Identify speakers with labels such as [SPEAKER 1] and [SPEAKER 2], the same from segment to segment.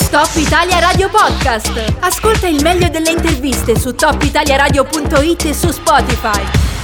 [SPEAKER 1] Top Italia Radio Podcast. Ascolta il meglio delle interviste su topitaliaradio.it e su Spotify.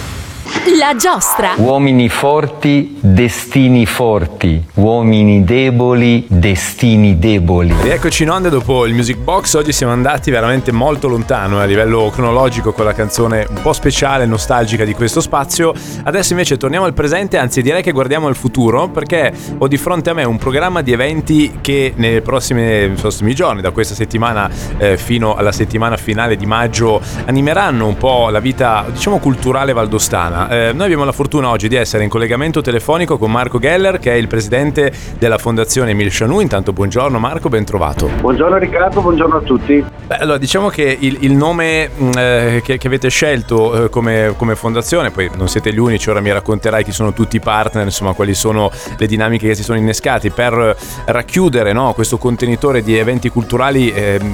[SPEAKER 1] La giostra.
[SPEAKER 2] Uomini forti, destini forti. Uomini deboli, destini deboli.
[SPEAKER 3] Rieccoci in onda dopo il Music Box. Oggi siamo andati veramente molto lontano a livello cronologico con la canzone un po' speciale, nostalgica di questo spazio. Adesso invece torniamo al presente, anzi direi che guardiamo al futuro, perché ho di fronte a me un programma di eventi che nei prossimi giorni, da questa settimana fino alla settimana finale di maggio, animeranno un po' la vita, diciamo, culturale valdostana. Noi abbiamo la fortuna oggi di essere in collegamento telefonico con Marco Geller, che è il presidente della Fondazione Émile Chanoux. Intanto buongiorno Marco, ben trovato.
[SPEAKER 4] Buongiorno Riccardo, buongiorno a tutti.
[SPEAKER 3] Allora, diciamo che il nome che avete scelto come fondazione, poi non siete gli unici, ora mi racconterai chi sono tutti i partner, insomma quali sono le dinamiche che si sono innescati per racchiudere, no, questo contenitore di eventi culturali,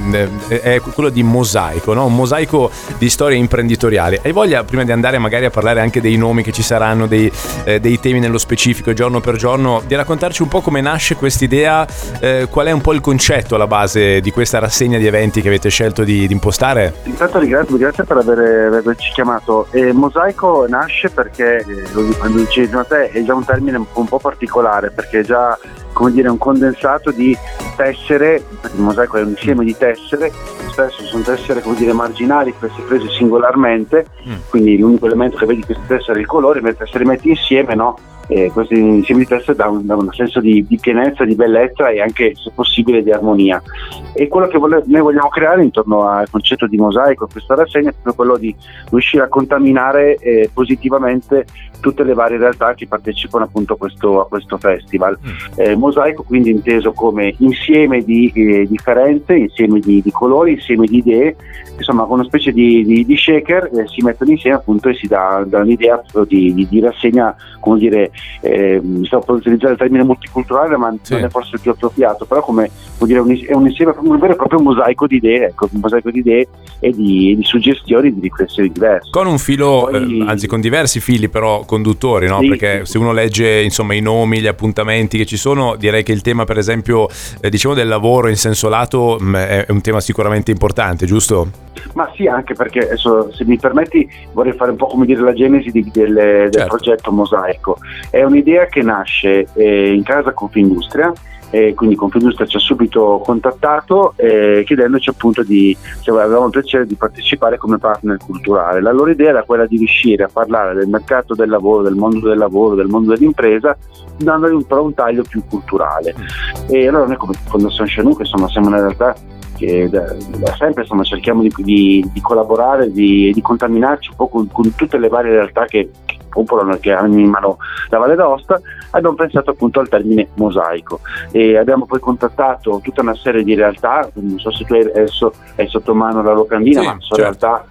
[SPEAKER 3] è quello di Mosaico, no? Un mosaico di storie imprenditoriali. Hai voglia, prima di andare magari a parlare anche dei nomi che ci saranno, dei temi nello specifico giorno per giorno, di raccontarci un po' come nasce quest'idea, qual è un po' il concetto alla base di questa rassegna di eventi che avete scelto di impostare?
[SPEAKER 4] Intanto grazie per averci chiamato. Mosaico nasce perché, quando dicevi da te, è già un termine un po' particolare, perché è già, come dire, un condensato di tessere. Il mosaico è un insieme di tessere, spesso sono tessere, come dire, marginali, queste prese singolarmente, quindi l'unico elemento che vedi queste tessere è il colore, mentre se le metti insieme, no? Questi insieme di tessere dà un senso di pienezza, di bellezza e anche, se possibile, di armonia. E quello che noi vogliamo creare intorno al concetto di mosaico, questa rassegna, è proprio quello di riuscire a contaminare positivamente tutte le varie realtà che partecipano appunto a questo festival. Mosaico quindi inteso come insieme di differenze, insieme di colori, insieme di idee, insomma una specie di shaker, si mettono insieme appunto e si dà un'idea di rassegna, come dire, stavo per utilizzare il termine multiculturale, ma
[SPEAKER 3] sì,
[SPEAKER 4] non è forse il più appropriato, però come dire, è un insieme, un vero e proprio mosaico di idee, ecco, un mosaico di idee e di suggestioni, di riflessioni diverse.
[SPEAKER 3] Con un filo,
[SPEAKER 4] Poi,
[SPEAKER 3] anzi con diversi fili però conduttori, no?
[SPEAKER 4] Sì,
[SPEAKER 3] Perché se uno legge, insomma, i nomi, gli appuntamenti che ci sono, direi che il tema, per esempio, diciamo del lavoro in senso lato, è un tema sicuramente importante, giusto?
[SPEAKER 4] Ma sì, anche perché adesso, se mi permetti, vorrei fare un po' come dire la genesi del
[SPEAKER 3] Certo.
[SPEAKER 4] progetto Mosaico. È un'idea che nasce in casa Confindustria, quindi Confindustria ci ha subito contattato chiedendoci appunto se avevamo il piacere di partecipare come partner culturale. La loro idea era quella di riuscire a parlare del mercato del lavoro, del mondo dell'impresa, dandogli però un taglio più culturale. E allora noi come Fondazione Chanoux, che insomma siamo una realtà che da sempre, insomma, cerchiamo di collaborare, di contaminarci un po' con tutte le varie realtà che popolano, che hanno in mano la Valle d'Aosta. Abbiamo pensato appunto al termine mosaico e abbiamo poi contattato tutta una serie di realtà. Non so se tu adesso hai sotto mano la locandina,
[SPEAKER 3] Sì,
[SPEAKER 4] ma sono
[SPEAKER 3] certo,
[SPEAKER 4] realtà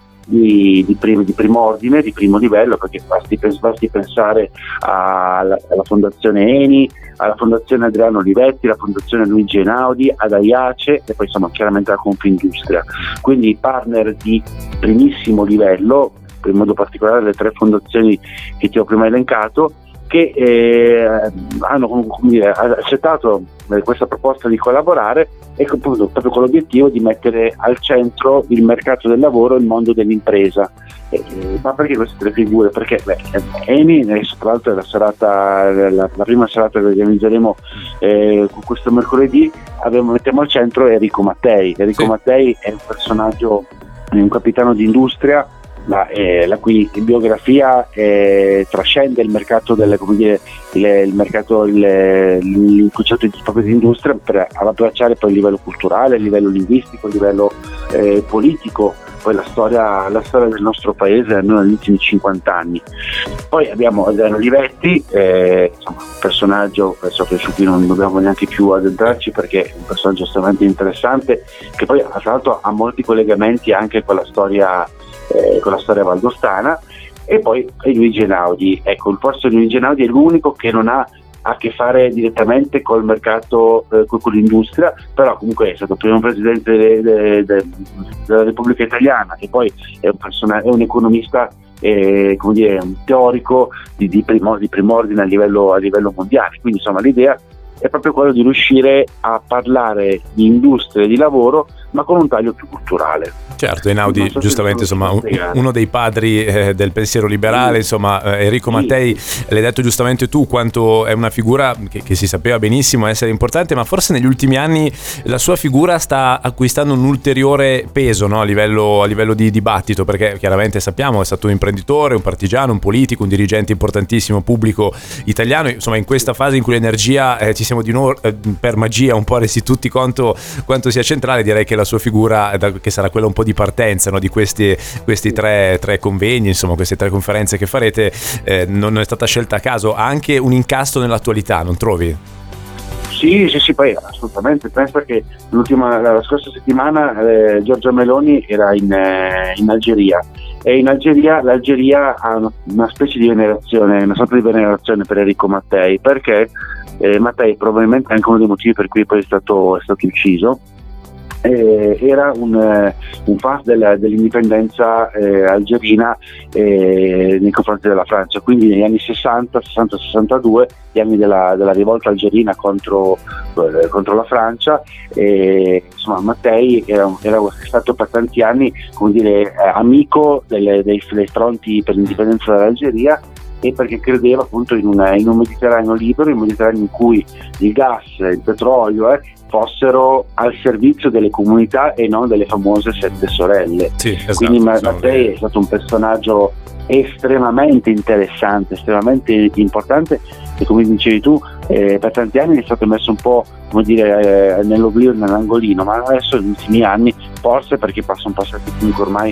[SPEAKER 4] di primo ordine, di primo livello, perché basti pensare alla Fondazione Eni, alla Fondazione Adriano Olivetti, alla Fondazione Luigi Einaudi, ad Aiace e poi insomma chiaramente alla Confindustria. Quindi partner di primissimo livello, in modo particolare le tre fondazioni che ti ho prima elencato, che hanno, come dire, accettato questa proposta di collaborare e proprio con l'obiettivo di mettere al centro il mercato del lavoro e il mondo dell'impresa. Ma perché queste tre figure? Perché Eni, tra l'altro, è la prima serata che organizzeremo questo mercoledì, mettiamo al centro Enrico Mattei. Enrico Mattei è un personaggio, un capitano di industria, la cui biografia trascende il mercato il concetto proprio di industria, per abbracciare poi il livello culturale, il livello linguistico, il livello politico, poi la storia del nostro paese almeno negli ultimi 50 anni. Poi abbiamo Adriano Olivetti, insomma, un personaggio su cui non dobbiamo neanche più addentrarci, perché è un personaggio estremamente interessante, che poi tra l'altro ha molti collegamenti anche con la storia valdostana. E poi Luigi Einaudi. Ecco, il posto di Luigi Einaudi è l'unico che non ha a che fare direttamente col mercato, con l'industria, però comunque è stato il primo presidente della Repubblica Italiana, e poi è un economista, come dire, un teorico di primo ordine a livello mondiale. Quindi insomma l'idea è proprio quello di riuscire a parlare di industria e di lavoro, ma con un taglio più culturale.
[SPEAKER 3] Certo, Einaudi giustamente, insomma, uno dei padri del pensiero liberale, insomma, Enrico Mattei, l'hai detto giustamente tu, quanto è una figura che si sapeva benissimo essere importante, ma forse negli ultimi anni la sua figura sta acquistando un ulteriore peso, no? a livello di dibattito, perché chiaramente sappiamo è stato un imprenditore, un partigiano, un politico, un dirigente importantissimo pubblico italiano. Insomma, in questa fase in cui l'energia ci siamo di nuovo per magia un po' resi tutti conto quanto sia centrale, direi che la sua figura, che sarà quella un po' di partenza, no, di questi tre convegni, insomma queste 3 conferenze che farete, non è stata scelta a caso, ha anche un incasto nell'attualità, non trovi?
[SPEAKER 4] Sì, poi assolutamente. Penso che la scorsa settimana Giorgia Meloni era in Algeria, e in Algeria l'Algeria ha una specie di venerazione, una sorta di venerazione per Enrico Mattei, perché Mattei, probabilmente anche uno dei motivi per cui poi è stato ucciso, era un fan dell'indipendenza algerina nei confronti della Francia, quindi negli anni 60-62, gli anni della rivolta algerina contro la Francia. Insomma, Mattei era stato per tanti anni, come dire, amico dei fronti per l'indipendenza dell'Algeria, e perché credeva appunto in un Mediterraneo libero, in un Mediterraneo in cui il gas, il petrolio fossero al servizio delle comunità e non delle famose 7 sorelle.
[SPEAKER 3] Sì, esatto,
[SPEAKER 4] quindi Mattei è stato un personaggio estremamente interessante, estremamente importante, e come dicevi tu, per tanti anni è stato messo un po', come dire, nell'oblio, nell'angolino, ma adesso negli ultimi anni, forse perché sono passati comunque ormai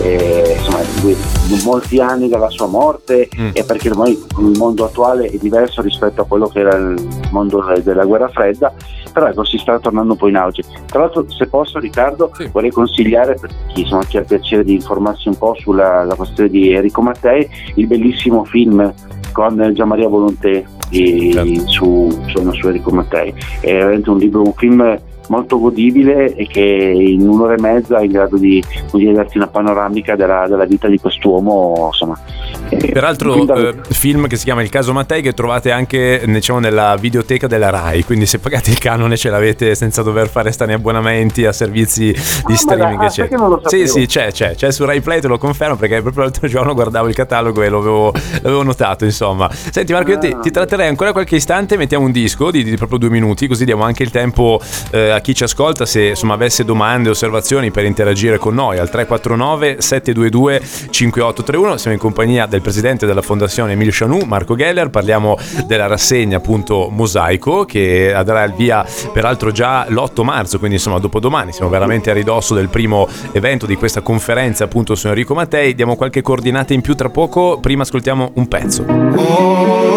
[SPEAKER 4] molti anni dalla sua morte, e perché ormai il mondo attuale è diverso rispetto a quello che era il mondo della guerra fredda, però ecco, si sta tornando un po' in auge. Tra l'altro, se posso, Riccardo, vorrei consigliare per chi ha il piacere di informarsi un po' sulla questione di Enrico Mattei, il bellissimo film con Gianmaria Volonté su Enrico Mattei. È veramente un film molto godibile e che in 1 ora e mezza è in grado di darti una panoramica della vita di quest'uomo, insomma.
[SPEAKER 3] Peraltro film che si chiama Il caso Mattei, che trovate anche, diciamo, nella videoteca della Rai, quindi se pagate il canone ce l'avete senza dover fare strani abbonamenti a servizi di streaming, eccetera. Sì, c'è su Rai Play, te lo confermo, perché proprio l'altro giorno guardavo il catalogo e l'avevo notato, insomma. Senti Marco, io ti tratterei ancora qualche istante, mettiamo un disco di proprio 2 minuti, così diamo anche il tempo a chi ci ascolta, se insomma avesse domande o osservazioni, per interagire con noi al 349 722 5831. Siamo in compagnia del presidente della fondazione Émile Chanoux, Marco Geller. Parliamo della rassegna appunto Mosaico, che andrà al via peraltro già l'8 marzo, quindi insomma dopodomani. Siamo veramente a ridosso del primo evento di questa conferenza appunto su Enrico Mattei. Diamo qualche coordinata in più tra poco, prima ascoltiamo un pezzo.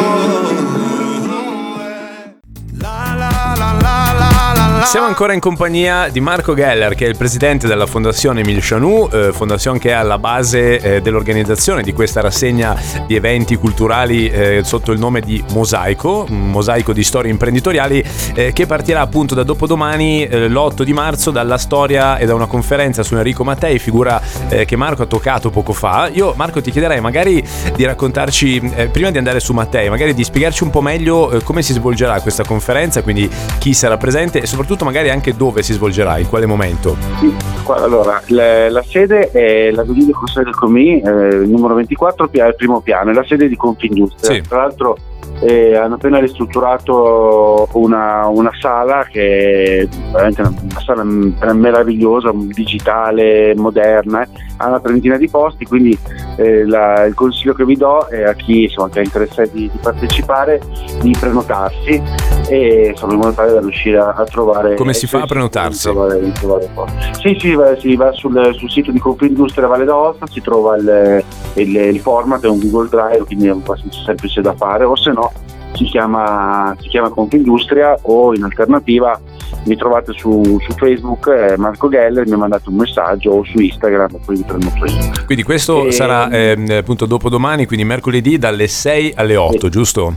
[SPEAKER 3] Siamo ancora in compagnia di Marco Geller, che è il presidente della fondazione Émile Chanoux, fondazione che è alla base dell'organizzazione di questa rassegna di eventi culturali sotto il nome di Mosaico, un mosaico di storie imprenditoriali, che partirà appunto da dopodomani, l'8 di marzo, dalla storia e da una conferenza su Enrico Mattei, figura che Marco ha toccato poco fa. Io, Marco, ti chiederei magari di raccontarci, prima di andare su Mattei, magari di spiegarci un po' meglio come si svolgerà questa conferenza, quindi chi sarà presente e soprattutto magari anche dove si svolgerà, in quale momento.
[SPEAKER 4] Sì, allora, la sede è la Via del Consiglio del Comì, numero 24, al primo piano, è la sede di Confindustria. Sì. Tra l'altro hanno appena ristrutturato una sala che è veramente una sala meravigliosa, digitale, moderna, ha una 30 di posti, quindi il consiglio che vi do è a chi che è interessato di partecipare, di prenotarsi, e insomma, in modo tale da riuscire a trovare.
[SPEAKER 3] Come si fa a prenotarsi?
[SPEAKER 4] Si va sul sito di Confindustria Valle d'Aosta, si trova il format, è un Google Drive, quindi è un po' semplice da fare, o se no si chiama Confindustria, o in alternativa mi trovate su Facebook, Marco Geller, mi mandate un messaggio, o su Instagram, poi vi prenoto io.
[SPEAKER 3] Quindi questo sarà appunto dopodomani, quindi mercoledì dalle 6 alle 8, giusto?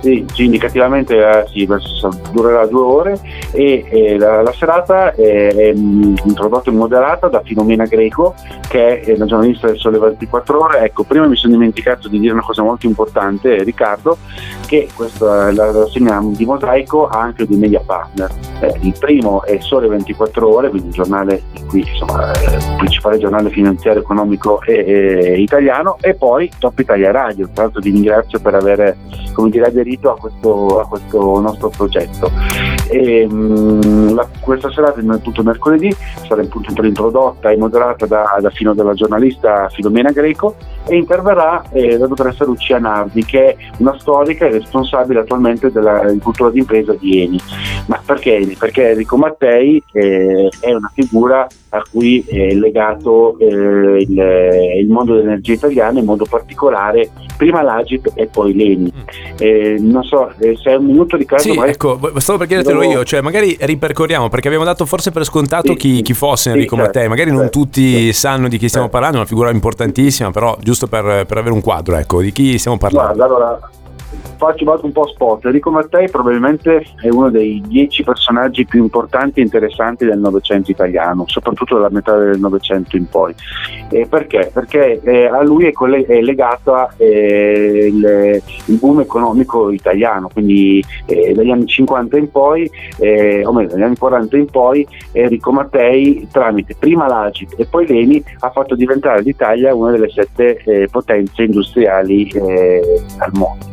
[SPEAKER 4] Sì, indicativamente sì, durerà 2 ore e la serata è introdotta e moderata da Filomena Greco, che è la giornalista del Sole 24 Ore. Ecco, prima mi sono dimenticato di dire una cosa molto importante, Riccardo, che questa la rassegna di Mosaico ha anche dei media partner. Il primo è Sole 24 Ore, quindi un giornale in cui insomma il principale giornale finanziario economico italiano, e poi Top Italia Radio. Tra l'altro vi ringrazio per aver, come dire, aderito a questo nostro progetto. Questa serata, tutto mercoledì, sarà appunto introdotta e moderata dalla giornalista Filomena Greco, e interverrà la dottoressa Lucia Nardi, che è una storica e responsabile attualmente della cultura d'impresa di Eni. Ma perché? Perché Enrico Mattei è una figura a cui è legato il mondo dell'energia italiana, in modo particolare prima l'Agip e poi l'Eni. Non so se è un minuto, Riccardo.
[SPEAKER 3] Sì, ecco, stavo per chiedertelo io, cioè magari ripercorriamo, perché abbiamo dato forse per scontato chi fosse Enrico Mattei, magari non tutti sanno di chi stiamo parlando, è una figura importantissima, però giusto per avere un quadro, ecco, di chi stiamo parlando.
[SPEAKER 4] Guarda, allora vado un po' spot. Enrico Mattei probabilmente è uno dei 10 personaggi più importanti e interessanti del Novecento italiano, soprattutto dalla metà del Novecento in poi. Perché? Perché a lui è legato il boom economico italiano, quindi dagli anni 50 in poi, o meglio dagli anni 40 in poi, Enrico Mattei, tramite prima l'Agip e poi l'Eni, ha fatto diventare l'Italia una delle 7 potenze industriali al mondo.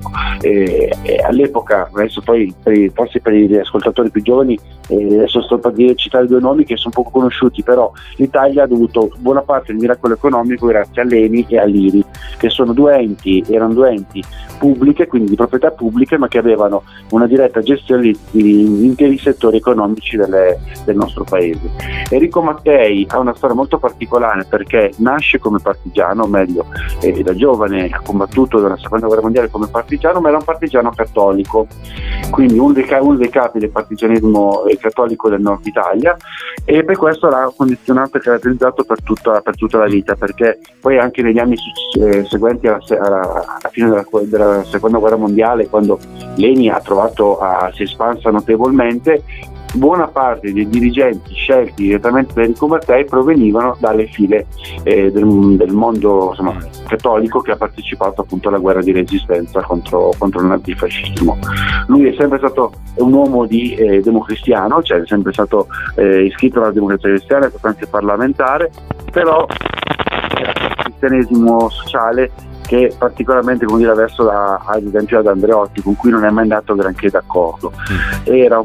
[SPEAKER 4] All'epoca, adesso poi forse per gli ascoltatori più giovani, adesso sto per citare 2 nomi che sono poco conosciuti, però l'Italia ha dovuto buona parte del miracolo economico grazie all'Eni e all'IRI, che erano 2 enti pubbliche, quindi di proprietà pubbliche, ma che avevano una diretta gestione di interi settori economici del nostro paese. Enrico Mattei ha una storia molto particolare, perché nasce come partigiano, o meglio, da giovane ha combattuto nella seconda guerra mondiale come partigiano, ma era un partigiano cattolico, quindi uno dei capi del partigianesimo cattolico del nord Italia, e per questo l'ha condizionato e caratterizzato per tutta la vita, perché poi anche negli anni seguenti alla fine della seconda guerra mondiale, quando l'Eni si è espansa notevolmente, buona parte dei dirigenti scelti direttamente da Enrico Mattei provenivano dalle file del mondo cattolico, che ha partecipato appunto alla guerra di resistenza contro il nazifascismo. Lui è sempre stato un uomo democristiano, cioè è sempre stato iscritto alla Democrazia Cristiana, è stato anche parlamentare, però era il cristianesimo sociale che particolarmente, come dire, verso ad esempio ad Andreotti, con cui non è mai andato granché d'accordo. Era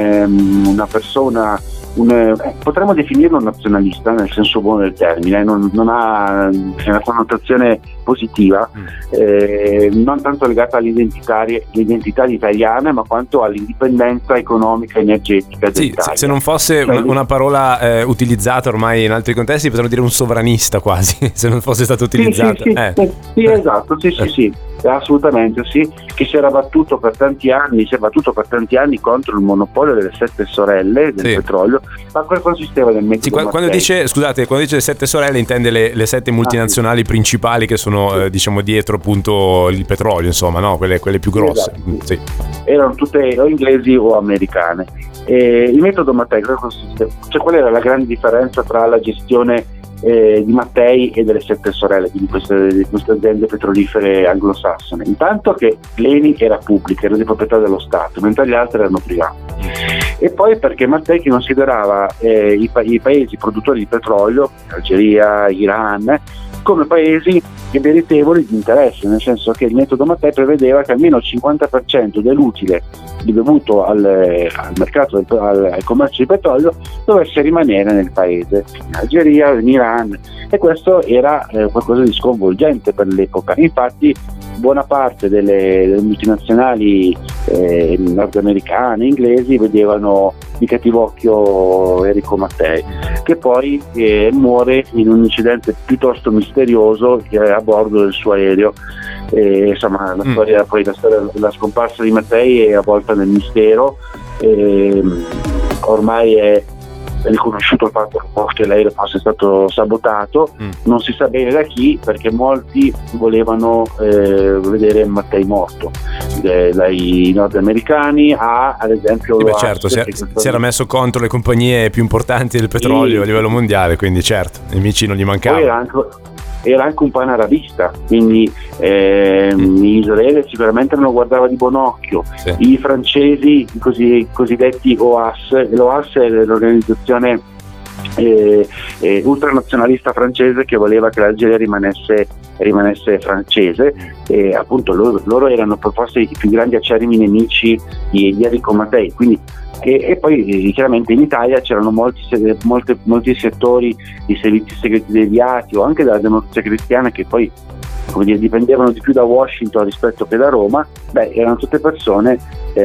[SPEAKER 4] una persona, potremmo definirlo un nazionalista nel senso buono del termine, non ha una connotazione positiva, non tanto legata all'identità italiana, ma quanto all'indipendenza economica e energetica dell'Italia.
[SPEAKER 3] Se non fosse una parola utilizzata ormai in altri contesti, potremmo dire un sovranista quasi, se non fosse stata utilizzata.
[SPEAKER 4] Sì, esatto, sì, assolutamente sì, che si è battuto per tanti anni contro il monopolio delle 7 sorelle del petrolio. Ma cosa consisteva nel metodo Mattei?
[SPEAKER 3] Quando dice 7 sorelle intende le 7 multinazionali principali che sono diciamo dietro appunto il petrolio, insomma, no? Quelle più grosse.
[SPEAKER 4] Esatto.
[SPEAKER 3] Sì.
[SPEAKER 4] Erano tutte o inglesi o americane. Il metodo Mattei, cioè qual era la grande differenza tra la gestione di Mattei e delle 7 sorelle, quindi queste aziende petrolifere anglosassone? Intanto che l'Eni era pubblica, era di proprietà dello Stato, mentre gli altri erano privati. E poi perché Mattei considerava i paesi produttori di petrolio, Algeria, Iran, come paesi meritevoli di interesse, nel senso che il metodo Mattei prevedeva che almeno il 50% dell'utile dovuto al mercato al commercio di petrolio dovesse rimanere nel paese, in Algeria, in Iran, e questo era qualcosa di sconvolgente per l'epoca. Infatti buona parte delle multinazionali nordamericane, inglesi, vedevano di cattivo occhio Enrico Mattei, che poi muore in un incidente piuttosto misterioso a bordo del suo aereo. Insomma, la scomparsa di Mattei è avvolta nel mistero, ormai è riconosciuto il fatto che l'aereo fosse stato sabotato, non si sa bene da chi, perché molti volevano vedere Mattei morto, dai nordamericani ad esempio
[SPEAKER 3] certo, si era messo contro le compagnie più importanti del petrolio a livello mondiale, quindi certo, nemici non gli mancavano.
[SPEAKER 4] Era anche un panarabista, quindi Israele sicuramente non lo guardava di buon occhio. I francesi, i cosiddetti OAS, l'OAS è l'organizzazione ultranazionalista francese che voleva che l'Algeria rimanesse francese, e appunto loro erano proposti i più grandi acerrimi nemici di Enrico Mattei, quindi e poi chiaramente in Italia c'erano molti settori di servizi segreti deviati o anche della Democrazia Cristiana che poi dipendevano di più da Washington rispetto che da Roma. Erano tutte persone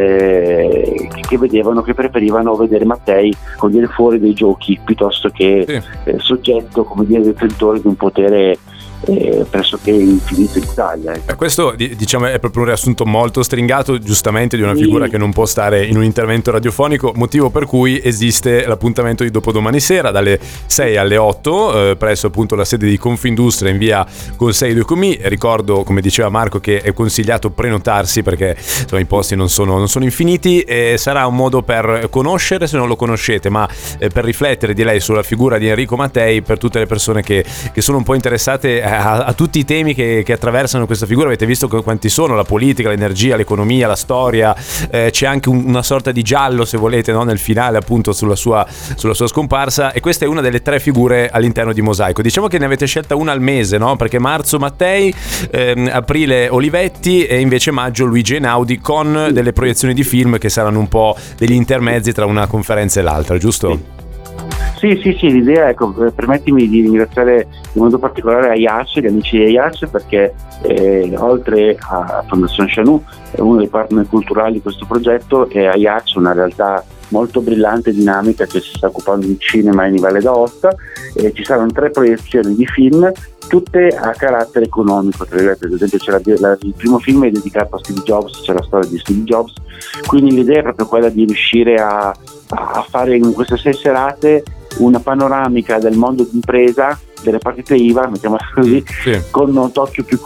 [SPEAKER 4] che preferivano vedere Mattei fuori dai giochi piuttosto che soggetto detentore di un potere pressoché infinito in Italia.
[SPEAKER 3] Questo diciamo è proprio un riassunto molto stringato, giustamente, di una figura che non può stare in un intervento radiofonico, motivo per cui esiste l'appuntamento di dopodomani sera dalle 6 alle 8 presso appunto la sede di Confindustria in via Consei Ducomi. Ricordo, come diceva Marco, che è consigliato prenotarsi perché insomma, i posti non sono infiniti, e sarà un modo per conoscere, se non lo conoscete, ma per riflettere di lei sulla figura di Enrico Mattei, per tutte le persone che sono un po' interessate a tutti i temi che attraversano questa figura. Avete visto quanti sono: la politica, l'energia, l'economia, la storia, c'è anche una sorta di giallo, se volete, no? Nel finale appunto sulla sua scomparsa, e questa è una delle 3 figure all'interno di Mosaico. Diciamo che ne avete scelta una al mese, no? Perché marzo Mattei, aprile Olivetti e invece maggio Luigi Einaudi, con delle proiezioni di film che saranno un po' degli intermezzi tra una conferenza e l'altra, giusto?
[SPEAKER 4] Sì, l'idea, permettimi di ringraziare in modo particolare AIAC, gli amici di AIAC, perché oltre a Fondazione Chanou, uno dei partner culturali di questo progetto, è AIAC, una realtà molto brillante e dinamica che si sta occupando di cinema in Valle d'Aosta. Ci saranno 3 proiezioni di film, tutte a carattere economico. Ad esempio il primo film è dedicato a Steve Jobs, c'è la storia di Steve Jobs, quindi l'idea è proprio quella di riuscire a fare in queste 6 serate una panoramica del mondo d'impresa, delle partite IVA, mettiamola così, con un occhio più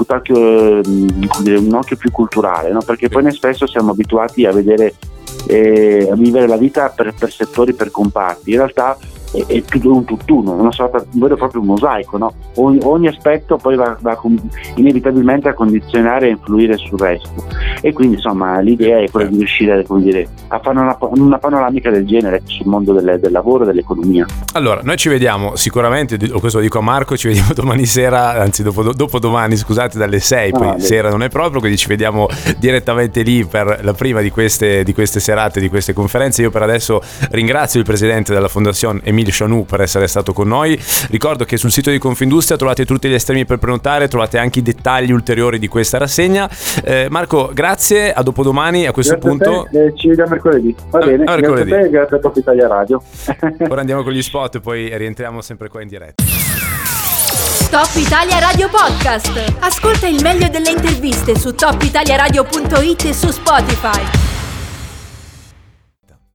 [SPEAKER 4] culturale, no? Perché poi noi spesso siamo abituati a vedere a vivere la vita per settori, per comparti. In realtà è più un tutt'uno, una sorta, un vero e proprio mosaico, no? Ogni aspetto poi va inevitabilmente a condizionare e influire sul resto, e quindi insomma l'idea è quella di riuscire a fare una panoramica del genere sul mondo del lavoro e dell'economia.
[SPEAKER 3] Allora, noi ci vediamo sicuramente, questo lo dico a Marco, ci vediamo domani sera, anzi dopodomani, scusate, dalle 6, poi sera non è proprio, quindi ci vediamo direttamente lì per la prima di queste serate, di queste conferenze. Io per adesso ringrazio il presidente della Fondazione Emilio Chanou per essere stato con noi. Ricordo che sul sito di Confindustria trovate tutti gli estremi per prenotare, trovate anche i dettagli ulteriori di questa rassegna. Marco, grazie, a dopodomani. A questo punto
[SPEAKER 4] ci vediamo mercoledì. Va bene, grazie a te e grazie a Top Italia Radio.
[SPEAKER 3] Ora andiamo con gli spot e poi rientriamo sempre qua in diretta.
[SPEAKER 1] Top Italia Radio Podcast. Ascolta il meglio delle interviste su topitaliaradio.it e su Spotify.